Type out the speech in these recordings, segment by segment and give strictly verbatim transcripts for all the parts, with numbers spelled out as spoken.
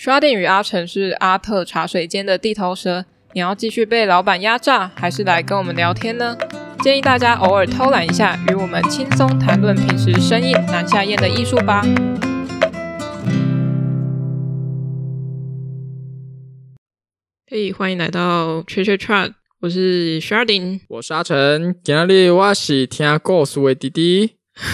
Sharding 与阿成是阿特茶水间的地头蛇，你要继续被老板压榨，还是来跟我们聊天呢？建议大家偶尔偷懒一下，与我们轻松谈论平时生硬难下咽的艺术吧。嘿，欢迎来到 Treasure Chat， 我是 Sharding， 我是阿成，今天我是听故事的弟弟。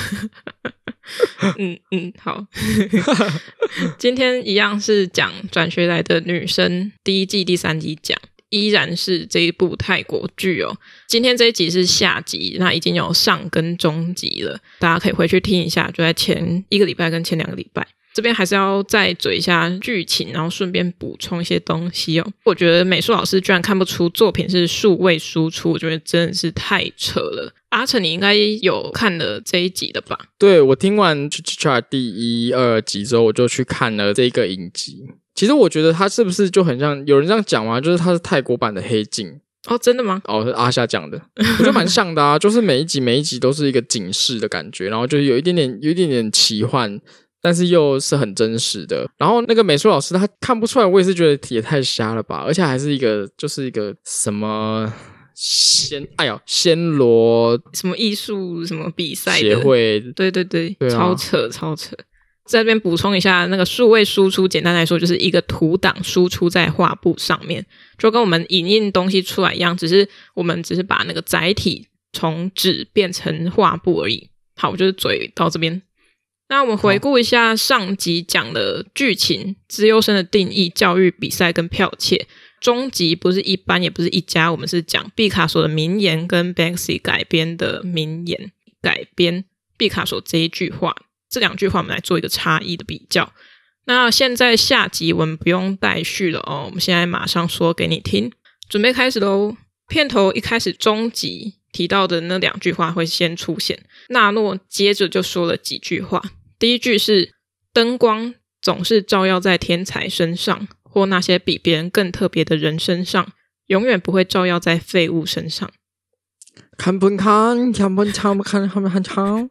嗯嗯，好。今天一样是讲转学来的女生第一季第三集讲，依然是这一部泰国剧哦。今天这一集是下集，那已经有上跟中集了，大家可以回去听一下，就在前一个礼拜跟前两个礼拜。这边还是要再嘴一下剧情，然后顺便补充一些东西哦。我觉得美术老师居然看不出作品是数位输出，我觉得真的是太扯了。阿成，你应该有看了这一集的吧？ 对，我听完 Chart 第一、二集之后，我就去看了这个影集。其实我觉得它是不是就很像，有人这样讲吗？就是它是泰国版的黑镜。 哦，真的吗？ 哦，是阿夏讲的，我觉得蛮像的啊。就是每一集每一集都是一个警示的感觉，然后就是有一点点有一点点奇幻，但是又是很真实的。然后那个美术老师他看不出来，我也是觉得也太瞎了吧。而且还是一个就是一个什么暹哎呀暹罗什么艺术什么比赛协会， 对对对， 对啊， 超扯超扯。在这边补充一下，那个数位输出简单来说就是一个图档输出在画布上面，就跟我们影印东西出来一样，只是我们只是把那个载体从纸变成画布而已。好，我就是嘴到这边。那我们回顾一下上集讲的剧情，资优生的定义、教育比赛跟剽窃。中集不是一般也不是一家，我们是讲毕卡索的名言跟 Banksy 改编的名言，改编毕卡索这一句话，这两句话我们来做一个差异的比较。那现在下集我们不用待续了哦，我们现在马上说给你听，准备开始咯。片头一开始中集提到的那两句话会先出现，纳诺接着就说了几句话。第一句是灯光总是照耀在天才身上，或那些比别人更特别的人身上，永远不会照耀在废物身上。 看不看看不看不看看不看看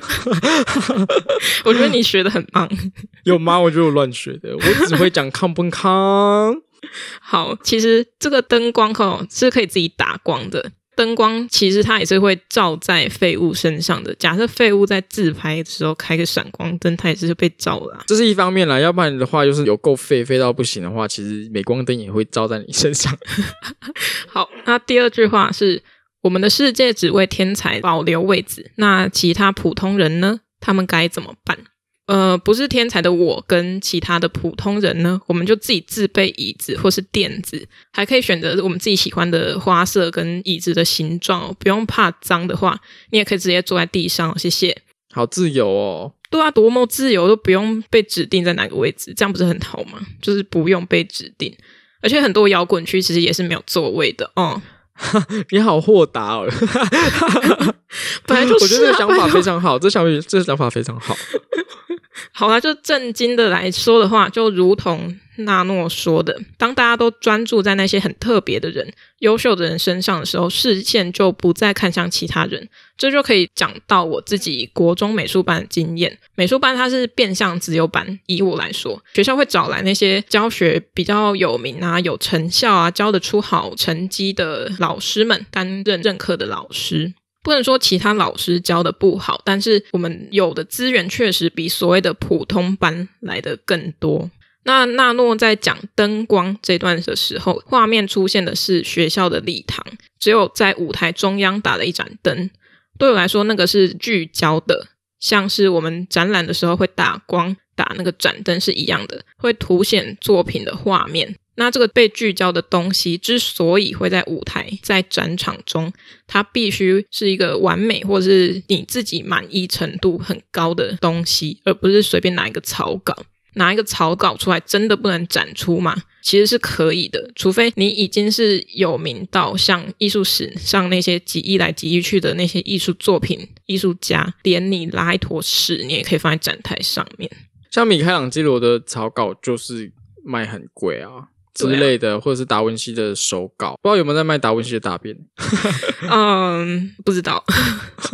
我觉得你学得很棒。 有吗？我觉得我乱学的，我只会讲看不看。 好，其实这个灯光哦是可以自己打光的，灯光其实它也是会照在废物身上的。假设废物在自拍的时候开个闪光灯，它也是被照了、啊、 这是一方面啦，要不然的话就是有够废废到不行的话，其实镁光灯也会照在你身上。 好，那第二句话是我们的世界只为天才保留位置，那其他普通人呢？他们该怎么办？呃，不是天才的我跟其他的普通人呢，我们就自己自备椅子或是垫子，还可以选择我们自己喜欢的花色跟椅子的形状哦，不用怕脏的话，你也可以直接坐在地上，谢谢。 好自由哦。 对啊，多么自由，都不用被指定在哪个位置，这样不是很好吗？就是不用被指定，而且很多摇滚区其实也是没有座位的哦。 你好豁达哦。 本来就是、啊、 我觉得这个想法非常好，这想这个想法非常好。 好啦，就正经的来说的话，就如同纳诺说的，当大家都专注在那些很特别的人、优秀的人身上的时候，视线就不再看向其他人。这就可以讲到我自己国中美术班的经验。美术班它是变相资优班，以我来说，学校会找来那些教学比较有名啊、有成效啊、教得出好成绩的老师们担任任课的老师。不能说其他老师教的不好，但是我们有的资源确实比所谓的普通班来的更多。那纳诺在讲灯光这段的时候，画面出现的是学校的礼堂，只有在舞台中央打了一盏灯。对我来说，那个是聚焦的，像是我们展览的时候会打光打那个展灯是一样的，会凸显作品的画面。那这个被聚焦的东西之所以会在舞台在展场中，它必须是一个完美或是你自己满意程度很高的东西，而不是随便拿一个草稿。拿一个草稿出来真的不能展出吗？其实是可以的，除非你已经是有名到像艺术史上那些挤一来挤一去的那些艺术作品艺术家，连你拉一坨屎你也可以放在展台上面。 像米开朗基罗的草稿就是卖很贵啊之类的、啊、或者是达文西的手稿，不知道有没有在卖达文西的大便。 嗯，不知道。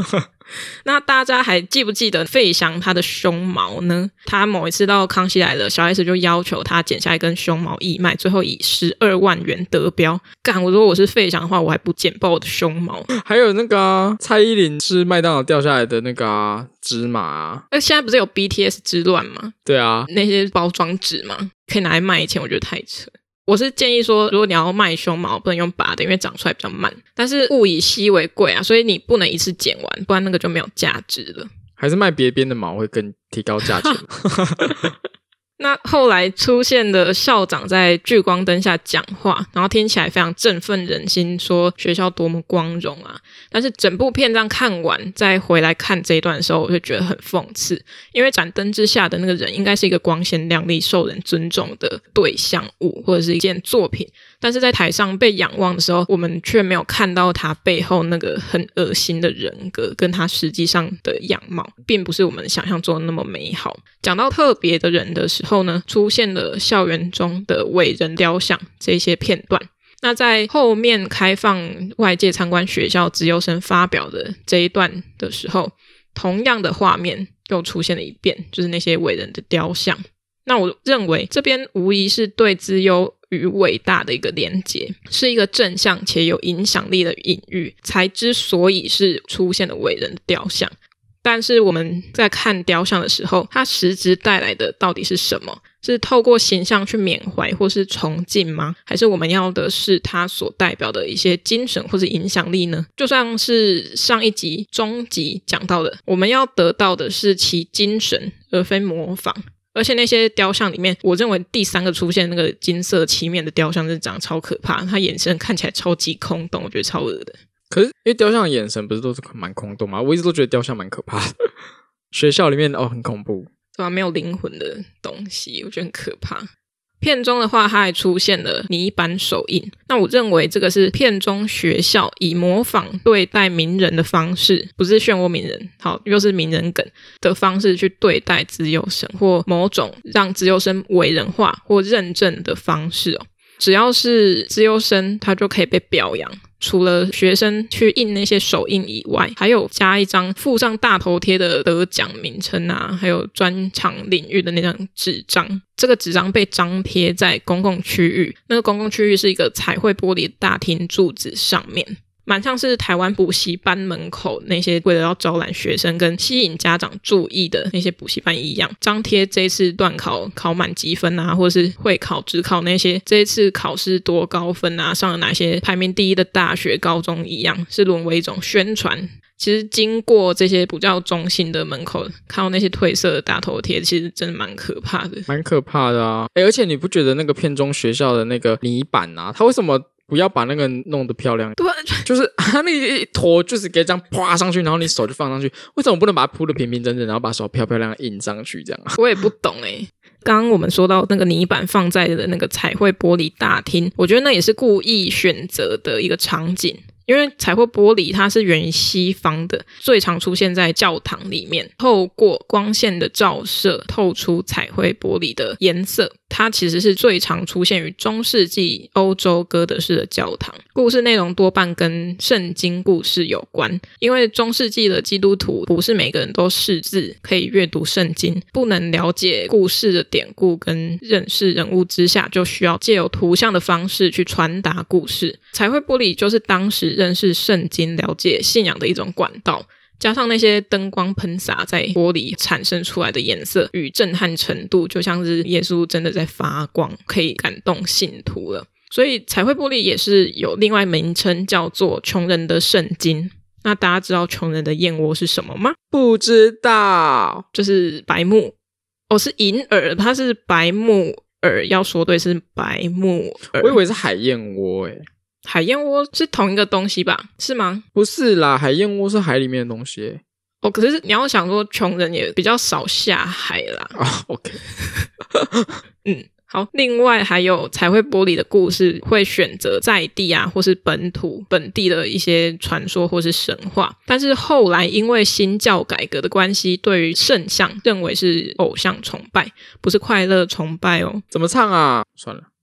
那大家还记不记得费翔他的胸毛呢？他某一次到康熙来了，小 S 就要求他剪下一根胸毛义卖，最后以十二万元得标。干，我说我是费翔的话，我还不剪爆我的胸毛。 还有那个、啊、蔡依林吃麦当劳掉下来的那个、啊、芝麻、啊， 那现在不是有 B T S 之乱吗？ 对啊， 那些包装纸嘛，可以拿来卖钱，我觉得太扯。我是建议说，如果你要卖胸毛，不能用拔的，因为长出来比较慢。但是物以稀为贵啊，所以你不能一次剪完，不然那个就没有价值了。 还是卖别边的毛会更提高价钱。 那后来出现的校长在聚光灯下讲话，然后听起来非常振奋人心，说学校多么光荣啊。但是整部片这样看完再回来看这一段的时候，我就觉得很讽刺，因为盏灯之下的那个人应该是一个光鲜亮丽受人尊重的对象物或者是一件作品，但是在台上被仰望的时候，我们却没有看到他背后那个很恶心的人格跟他实际上的样貌，并不是我们想象中的那么美好。讲到特别的人的时候呢，出现了校园中的伟人雕像这些片段。那在后面开放外界参观学校资优生发表的这一段的时候，同样的画面又出现了一遍，就是那些伟人的雕像。那我认为这边无疑是对资优与伟大的一个连结，是一个正向且有影响力的隐喻，才之所以是出现了伟人的雕像。但是我们在看雕像的时候，它实质带来的到底是什么？是透过形象去缅怀或是崇敬吗？还是我们要的是它所代表的一些精神或是影响力呢？就像是上一集中集讲到的，我们要得到的是其精神而非模仿。而且那些雕像里面，我认为第三个出现那个金色漆面的雕像是长得超可怕，他眼神看起来超级空洞，我觉得超恶的。 可是因为雕像的眼神不是都是蛮空洞吗？我一直都觉得雕像蛮可怕的。学校里面哦很恐怖， 对吧？没有灵魂的东西，我觉得很可怕。片中的话，它还出现了泥板手印。那我认为这个是片中学校以模仿对待名人的方式，不是漩涡鸣人，好，又是名人梗的方式去对待资优生，或某种让资优生伟人化或认证的方式哦。只要是资优生，他就可以被表扬。除了学生去印那些手印以外，还有加一张附上大头贴的得奖名称啊，还有专场领域的那张纸张。这个纸张被张贴在公共区域，那个公共区域是一个彩绘玻璃大厅柱子上面，蛮像是台湾补习班门口那些为了要招揽学生跟吸引家长注意的那些补习班一样，张贴这一次段考考满积分啊，或者是会考指考那些这一次考试多高分啊，上了哪些排名第一的大学高中一样，是沦为一种宣传。其实经过这些比较中性的门口，看到那些褪色的大头贴，其实真的蛮可怕的， 蛮可怕的啊！诶，而且你不觉得那个片中学校的那个泥板啊，它为什么不要把那个弄得漂亮？ 对， 就是它那一坨就是给这样啪上去，然后你手就放上去，为什么不能把它铺得平平整整，然后把手漂漂亮亮印上去这样啊？ 我也不懂诶、欸。刚刚我们说到那个泥板放在的那个彩绘玻璃大厅，我觉得那也是故意选择的一个场景。因为彩绘玻璃它是源于西方的，最常出现在教堂里面，透过光线的照射透出彩绘玻璃的颜色。它其实是最常出现于中世纪欧洲哥德式的教堂，故事内容多半跟圣经故事有关。因为中世纪的基督徒不是每个人都识字可以阅读圣经，不能了解故事的典故跟认识人物之下，就需要借由图像的方式去传达故事。彩绘玻璃就是当时认识圣经、了解信仰的一种管道，加上那些灯光喷洒在玻璃产生出来的颜色与震撼程度，就像是耶稣真的在发光，可以感动信徒了。所以彩绘玻璃也是有另外名称叫做穷人的圣经。那大家知道穷人的燕窝是什么吗？ 不知道， 就是白木哦，是银耳，它是白木耳，要说对是白木耳。 我以为是海燕窝诶。 海燕窝是同一个东西吧？是吗？ 不是啦，海燕窝是海里面的东西。 哦，可是你要想说，穷人也比较少下海啦。 啊、oh, ，OK 。 嗯，好。另外还有彩绘玻璃的故事，会选择在地啊，或是本土本地的一些传说或是神话。但是后来因为新教改革的关系，对于圣像认为是偶像崇拜，不是快乐崇拜哦。 怎么唱啊？算了。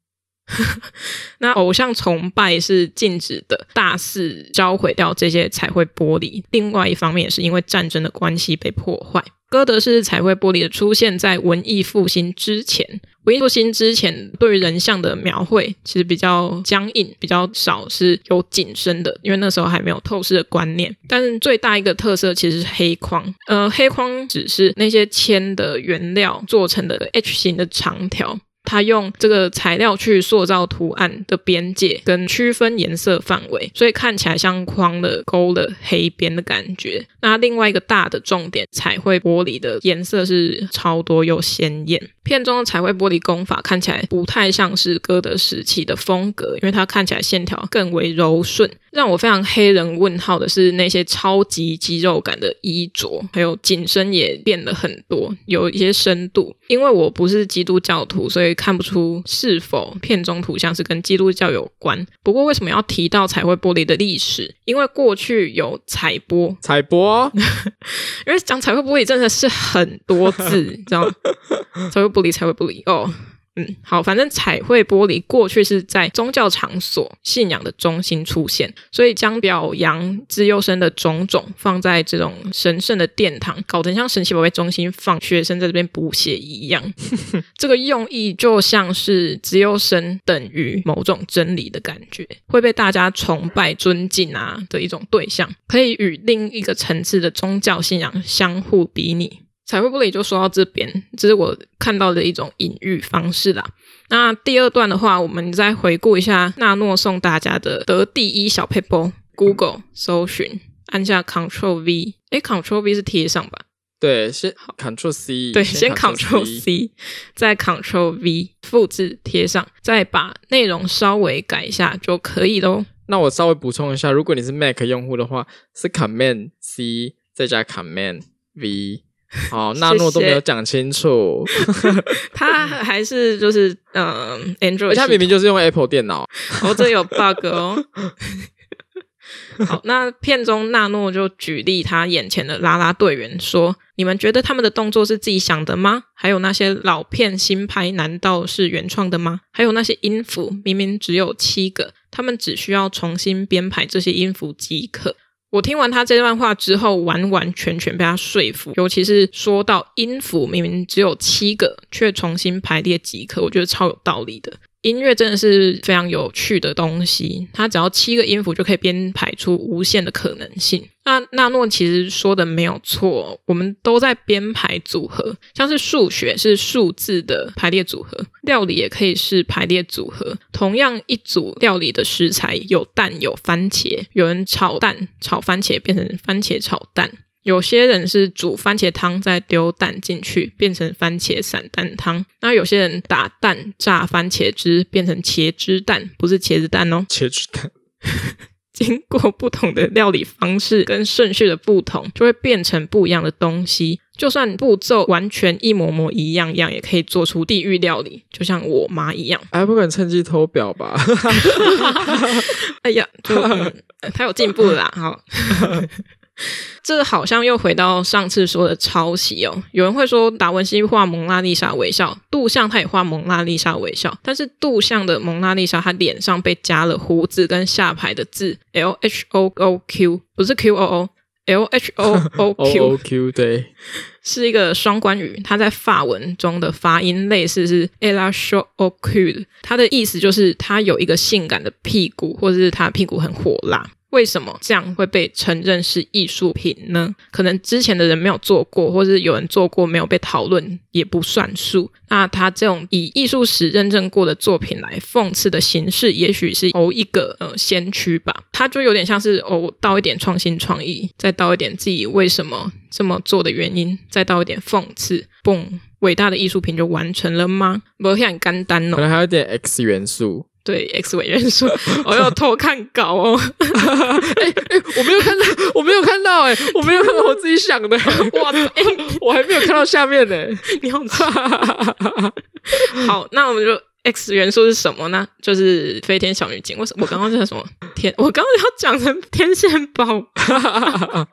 那偶像崇拜是禁止的，大肆销毁掉这些彩绘玻璃，另外一方面也是因为战争的关系被破坏。哥德式彩绘玻璃的出现在文艺复兴之前，文艺复兴之前对于人像的描绘其实比较僵硬，比较少是有景深的，因为那时候还没有透视的观念。但是最大一个特色其实是黑框，呃，黑框只是那些铅的原料做成的 H 型的长条，它用这个材料去塑造图案的边界跟区分颜色范围，所以看起来像框的勾了黑边的感觉。那另外一个大的重点，彩绘玻璃的颜色是超多又鲜艳。片中的彩绘玻璃工法看起来不太像是哥德时期的风格，因为它看起来线条更为柔顺。让我非常黑人问号的是那些超级肌肉感的衣着，还有景深也变了很多，有一些深度。因为我不是基督教徒，所以看不出是否片中图像是跟基督教有关。不过为什么要提到彩绘玻璃的历史？因为过去有彩玻， 彩玻因为讲彩绘玻璃真的是很多字，你知道吗？彩绘玻璃，彩绘玻璃哦。嗯，好，反正彩绘玻璃过去是在宗教场所信仰的中心出现，所以将表扬资优生的种种放在这种神圣的殿堂，搞得像神奇宝贝中心放学生在这边补血一样。这个用意就像是资优生等于某种真理的感觉，会被大家崇拜尊敬啊的一种对象，可以与另一个层次的宗教信仰相互比拟。彩绘玻璃就说到这边，这是我看到的一种隐喻方式啦。那第二段的话，我们再回顾一下纳诺送大家的得第一小撇步 Google 搜寻，按下 Ctrl V， 诶 Ctrl V 是贴上吧？ 对，先 Ctrl C， 对，先 Ctrl C， 再 Ctrl V 复制贴上，再把内容稍微改一下就可以咯。 那我稍微补充一下，如果你是 Mac 用户的话，是 Command C 再加 Command V。哦，纳诺都没有讲清楚。 他还是就是呃 Android， 而且他明明就是用 Apple 电脑。 哦，这有 bug 哦。好，那片中纳诺就举例他眼前的啦啦队员说，你们觉得他们的动作是自己想的吗？还有那些老片新拍难道是原创的吗？还有那些音符明明只有七个，他们只需要重新编排这些音符即可。我听完他这段话之后，完完全全被他说服，尤其是说到音符明明只有七个，却重新排列即可，我觉得超有道理的。音乐真的是非常有趣的东西，它只要七个音符就可以编排出无限的可能性。那纳诺其实说的没有错，我们都在编排组合，像是数学是数字的排列组合，料理也可以是排列组合。同样一组料理的食材，有蛋有番茄，有人炒蛋炒番茄变成番茄炒蛋，有些人是煮番茄汤再丢蛋进去变成番茄散蛋汤，那有些人打蛋榨番茄汁变成茄汁蛋，不是茄子蛋哦， 茄汁蛋。 经过不同的料理方式跟顺序的不同，就会变成不一样的东西。就算步骤完全一模模一样样，也可以做出地狱料理，就像我妈一样。 哎，不可能趁机偷表吧？ 哎呀，就、嗯、他有进步了啦。好。这好像又回到上次说的抄袭哦。有人会说达文西画蒙娜丽莎微笑，杜象他也画蒙娜丽莎微笑，但是杜象的蒙娜丽莎他脸上被加了胡子跟下排的字 L H O O Q， 不是 Q O O， L H O O Q Q 对， 是一个双关语，它在法文中的发音类似是 L H O O Q， 它的意思就是他有一个性感的屁股，或者是他的屁股很火辣。为什么这样会被承认是艺术品呢？可能之前的人没有做过，或是有人做过没有被讨论也不算数。那他这种以艺术史认证过的作品来讽刺的形式，也许是偶一个呃先驱吧。他就有点像是偶倒一点创新创意，再倒一点自己为什么这么做的原因，再倒一点讽刺，嘣，伟大的艺术品就完成了吗？没很简单哦， 可能还有点 X 元素。 对 X 伪元素，我有偷看稿哦。 哎哎、欸，我没有看到，我没有看到、欸，哎，我没有看到我自己想的。 哇塞、欸， 我还没有看到下面呢、欸。 你好差。好，那我们就 X 元素是什么呢？就是飞天小女警。为什么我刚刚叫什么天？我刚刚要讲成天线宝宝。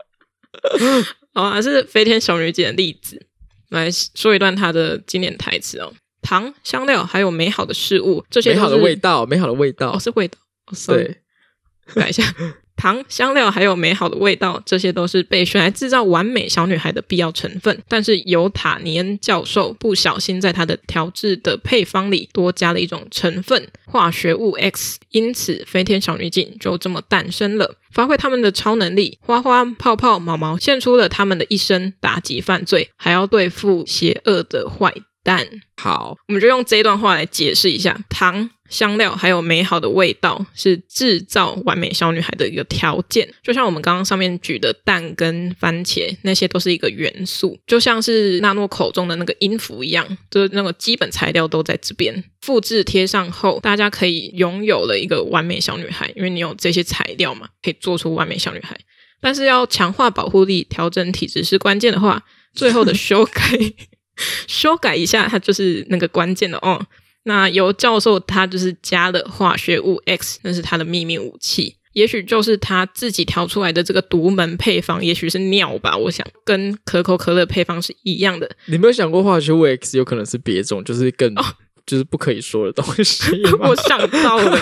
好啊，是飞天小女警的例子。来说一段她的经典台词哦。 糖、香料还有美好的事物，这些都是美好的味道，美好的味道， 哦，是味道，哦， 对， 改一下。糖、香料还有美好的味道，这些都是被选来制造完美小女孩的必要成分。但是尤塔尼恩教授不小心在他的调制的配方里多加了一种成分化学物 X， 因此飞天小女警就这么诞生了。发挥他们的超能力，花花、泡泡、毛毛献出了他们的一生，打击犯罪，还要对付邪恶的坏蛋。 好， 我们就用这一段话来解释一下，糖、香料还有美好的味道是制造完美小女孩的一个条件，就像我们刚刚上面举的蛋跟番茄，那些都是一个元素，就像是纳诺口中的那个音符一样，就是那个基本材料都在这边，复制贴上后，大家可以拥有了一个完美小女孩，因为你有这些材料嘛，可以做出完美小女孩。但是要强化保护力，调整体质是关键的话，最后的修改修改一下它就是那个关键的哦。那由教授他就是加了化学物 X， 那是他的秘密武器，也许就是他自己调出来的这个独门配方，也许是尿吧，我想跟可口可乐配方是一样的。 你没有想过化学物 X 有可能是别种，就是更、哦、就是不可以说的东西吗？ 我想到了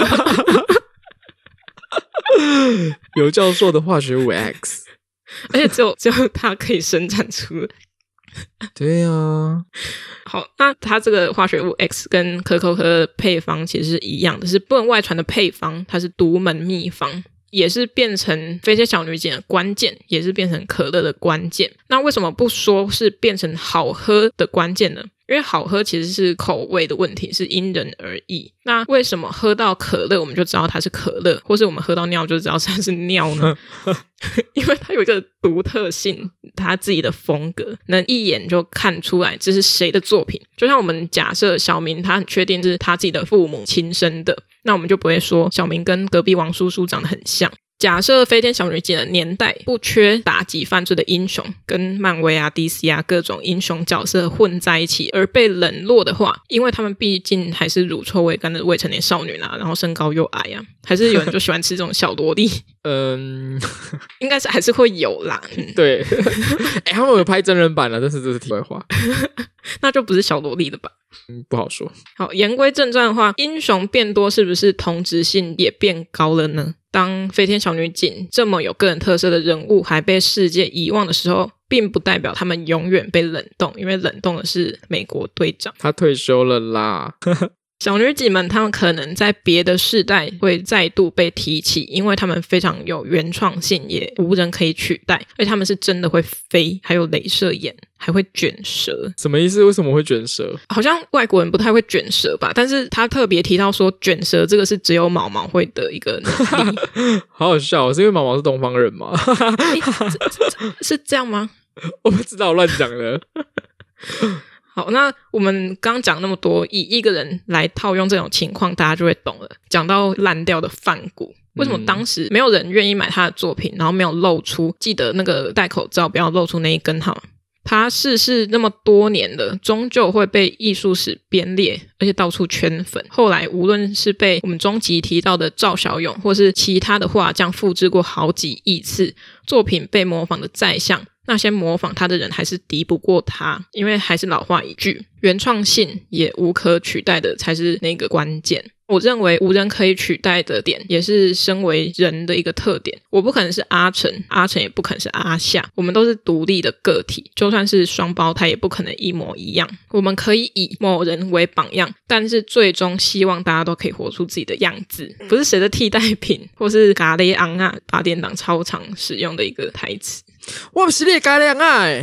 有教授的化学物 X， 而且只有只有他可以生产出来。 对啊， 好，那它这个化学物 X 跟可口可乐的配方其实是一样的，是不能外传的配方，它是独门秘方，也是变成飞天小女警的关键，也是变成可乐的关键。那为什么不说是变成好喝的关键呢？因为好喝其实是口味的问题，是因人而异。那为什么喝到可乐我们就知道它是可乐，或是我们喝到尿就知道它是尿呢？因为它有一个独特性，它自己的风格，能一眼就看出来这是谁的作品。就像我们假设小明他很确定这是他自己的父母亲生的，那我们就不会说小明跟隔壁王叔叔长得很像。假设飞天小女警的年代不缺打击犯罪的英雄，跟漫威啊 D C 啊各种英雄角色混在一起而被冷落的话，因为他们毕竟还是乳臭未干的未成年少女啦，然后身高又矮啊，还是有人就喜欢吃这种小萝莉嗯，应该是还是会有啦、嗯、 对欸他们有拍真人版啦，但是这是题外话那就不是小萝莉了吧。 嗯，不好说。 好，言归正传的话，英雄变多是不是同质性也变高了呢？当飞天小女警这么有个人特色的人物还被世界遗忘的时候，并不代表他们永远被冷冻，因为冷冻的是美国队长， 他退休了啦小女警们他们可能在别的世代会再度被提起，因为他们非常有原创性，也无人可以取代，而且他们是真的会飞，还有雷射眼，还会卷舌。 什么意思？为什么会卷舌？ 好像外国人不太会卷舌吧，但是他特别提到说卷舌这个是只有毛毛会的一个能力好好笑，是因为毛毛是东方人吗欸、这这这是这样吗？ 我不知道，乱讲的好，那我们刚讲那么多，以一个人来套用这种情况，大家就会懂了。讲到烂掉的梵谷，为什么当时没有人愿意买他的作品，然后没有露出，记得那个戴口罩不要露出那一根哈。他逝世那么多年了，终究会被艺术史编列，而且到处圈粉。后来无论是被我们中集提到的赵小勇，或是其他的画匠复制过好几亿次，作品被模仿的再像，那些模仿他的人还是敌不过他，因为还是老话一句，原创性也无可取代的才是那个关键。我认为无人可以取代的点，也是身为人的一个特点。我不可能是阿成，阿成也不可能是阿夏，我们都是独立的个体，就算是双胞胎也不可能一模一样。我们可以以某人为榜样，但是最终希望大家都可以活出自己的样子，不是谁的替代品，或是咖喱昂啊八点档超常使用的一个台词。 我不是你的咖喱昂啊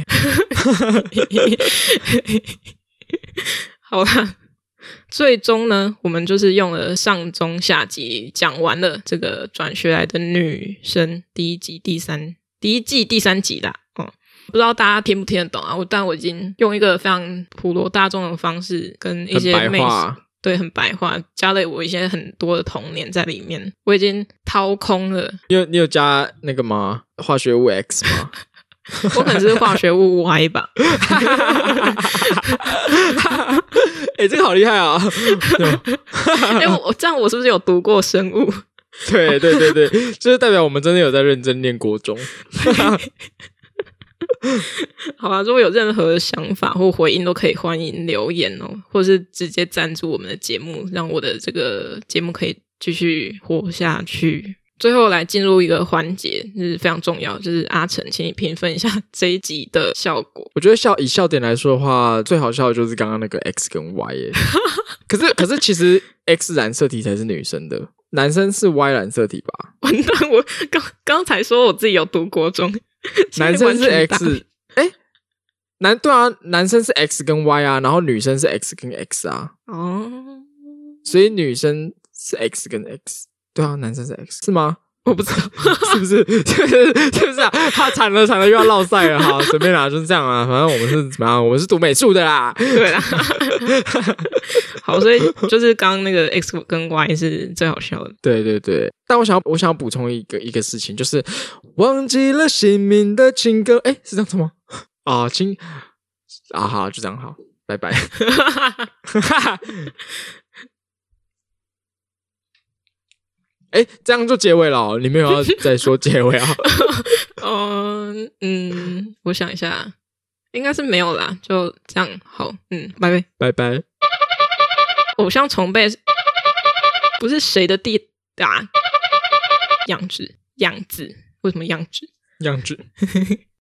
好啦，最终呢，我们就是用了上中下集讲完了这个转学来的女生第一集第三第一季第三集啦。哦，不知道大家听不听得懂啊？我但我已经用一个非常普罗大众的方式跟一些妹子，对，很白话，加了我一些很多的童年在里面，我已经掏空了。 你有你有加那个吗？化学物 X 吗？ 我可能是化学物 Y 吧。 欸，这个好厉害啊！ 欸，我这样我是不是有读过生物？ 对对对对，就是代表我们真的有在认真念国中。 好啊，如果有任何想法或回应都可以欢迎留言哦，或是直接赞助我们的节目，让我的这个节目可以继续活下去。最后来进入一个环节，就是非常重要，就是阿成请你评分一下这一集的效果。 我觉得笑以笑点来说的话，最好笑的就是刚刚那个 X 跟 Y 耶。可是可是其实 X 染色体才是女生的，男生是 Y 染色体吧？ 完蛋，我刚刚才说我自己有读国中， 男生是 X， 哎，男对啊，男生是 X 跟 Y 啊，然后女生是 X 跟 X 啊。 哦， 所以女生是 X 跟 X。对啊，男生是 X 是吗？ 我不知道， 是不是？是不是？是不是啊？他惨了惨了，又要落赛了。好，随便啦，就是这样啊。反正我们是怎么样？我们是读美术的啦。 对啦。好，所以就是刚刚那个 X 跟 Y 是最好笑的。 对对对，但我想要我想要补充一个一个事情，就是忘记了姓名的情歌。哎，是这样子吗？啊，亲啊，好，就这样好，拜拜。哎，这样就结尾了哦，你没有要再说结尾啊？ 哦，嗯，我想一下，应该是没有啦，就这样，好，嗯，拜拜， 拜拜。 偶像崇拜不是谁的地打样子，样子，为什么样子？ 样子。